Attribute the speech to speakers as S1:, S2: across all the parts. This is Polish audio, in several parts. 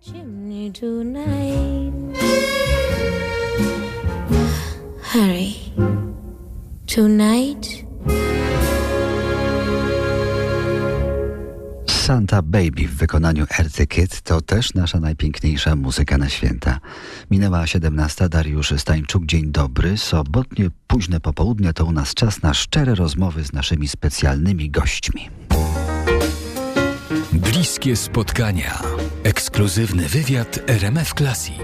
S1: chimney tonight. Hurry. Tonight.
S2: Santa Baby w wykonaniu Earthy Kitt to też nasza najpiękniejsza muzyka na święta. Minęła 17. Dariusz Stańczuk, dzień dobry. Sobotnie późne popołudnie to u nas czas na szczere rozmowy z naszymi specjalnymi gośćmi.
S3: Bliskie spotkania. Ekskluzywny wywiad RMF Classic.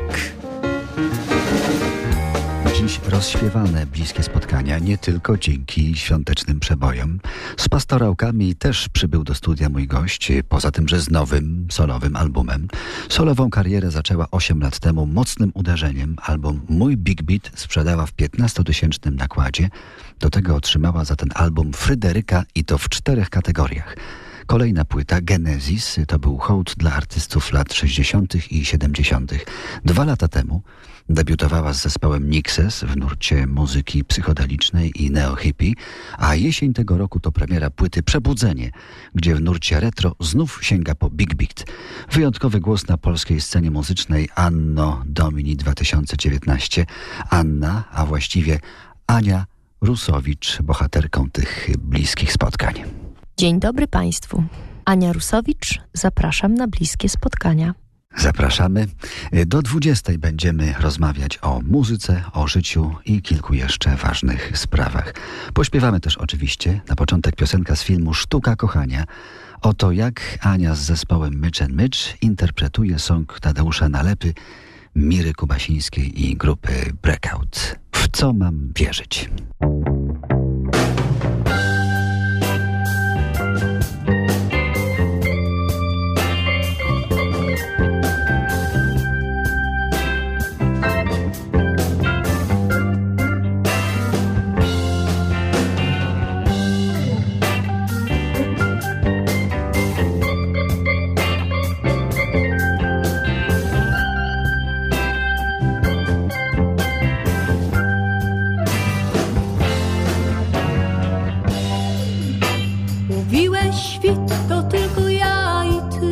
S2: Dziś rozśpiewane bliskie spotkania, nie tylko dzięki świątecznym przebojom. Z pastorałkami też przybył do studia mój gość, poza tym, że z nowym, solowym albumem. Solową karierę zaczęła 8 lat temu mocnym uderzeniem. Album Mój Big Beat sprzedała w 15-tysięcznym nakładzie. Do tego otrzymała za ten album Fryderyka i to w 4 kategoriach. Kolejna płyta, Genesis, to był hołd dla artystów lat 60. i 70. 2 lata temu debiutowała z zespołem Nixes w nurcie muzyki psychodelicznej i neo-hippie, a jesień tego roku to premiera płyty Przebudzenie, gdzie w nurcie retro znów sięga po Big Beat. Wyjątkowy głos na polskiej scenie muzycznej Anno Domini 2019. Anna, a właściwie Ania Rusowicz, bohaterką tych bliskich spotkań.
S4: Dzień dobry Państwu. Ania Rusowicz, zapraszam na bliskie spotkania.
S2: Zapraszamy. Do 20 będziemy rozmawiać o muzyce, o życiu i kilku jeszcze ważnych sprawach. Pośpiewamy też oczywiście na początek piosenka z filmu Sztuka kochania. Oto jak Ania z zespołem Mycz & Mycz interpretuje song Tadeusza Nalepy, Miry Kubasińskiej i grupy Breakout. W co mam wierzyć?
S5: To tylko ja i ty,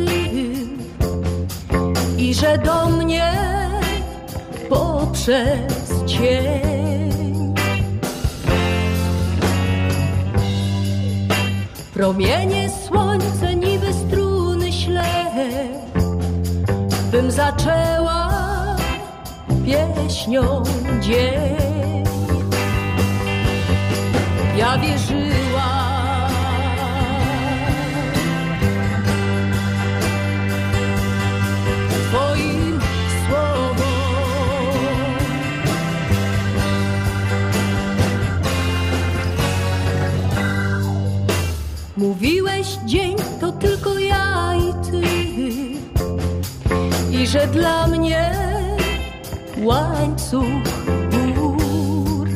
S5: i że do mnie poprzez cień promienie słońce niby struny śle, bym zaczęła pieśnią dzień. Ja wierzyłam Twoim słowom, mówiłeś dzień to tylko ja i ty, i że dla mnie łańcuch gór,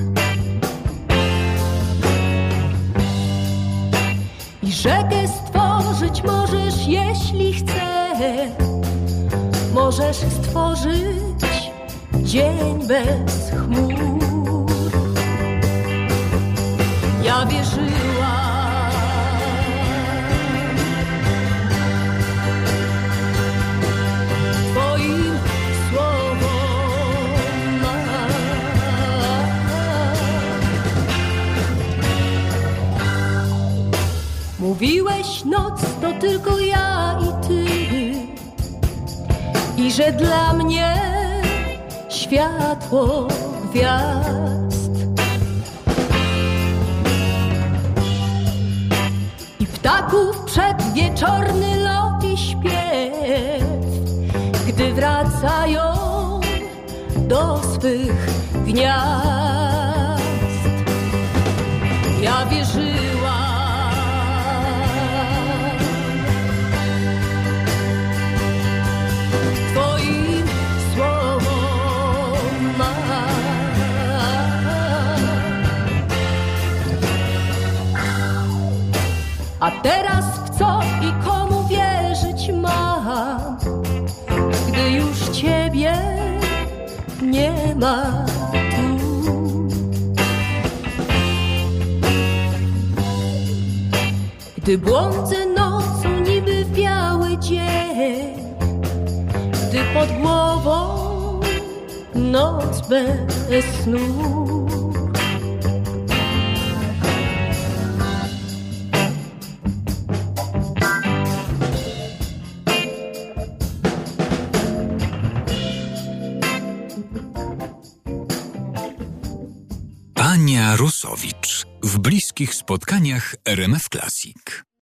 S5: i rzekę stworzyć możesz, jeśli chcesz. Możesz stworzyć dzień bez chmur. Ja wierzyłam Twoim słowom. Mówiłeś noc to tylko ja i ty, i że dla mnie światło gwiazd i ptaków przedwieczorny lot i śpiew, gdy wracają do swych gniazd. Ja wierzyłam Twoim słowom. A teraz w co i komu wierzyć mam, gdy już Ciebie nie ma tu? Gdy błądzę nocą niby w biały dzień, gdy pod głową noc bez snu.
S3: Ania Rusowicz w bliskich spotkaniach RMF Classic.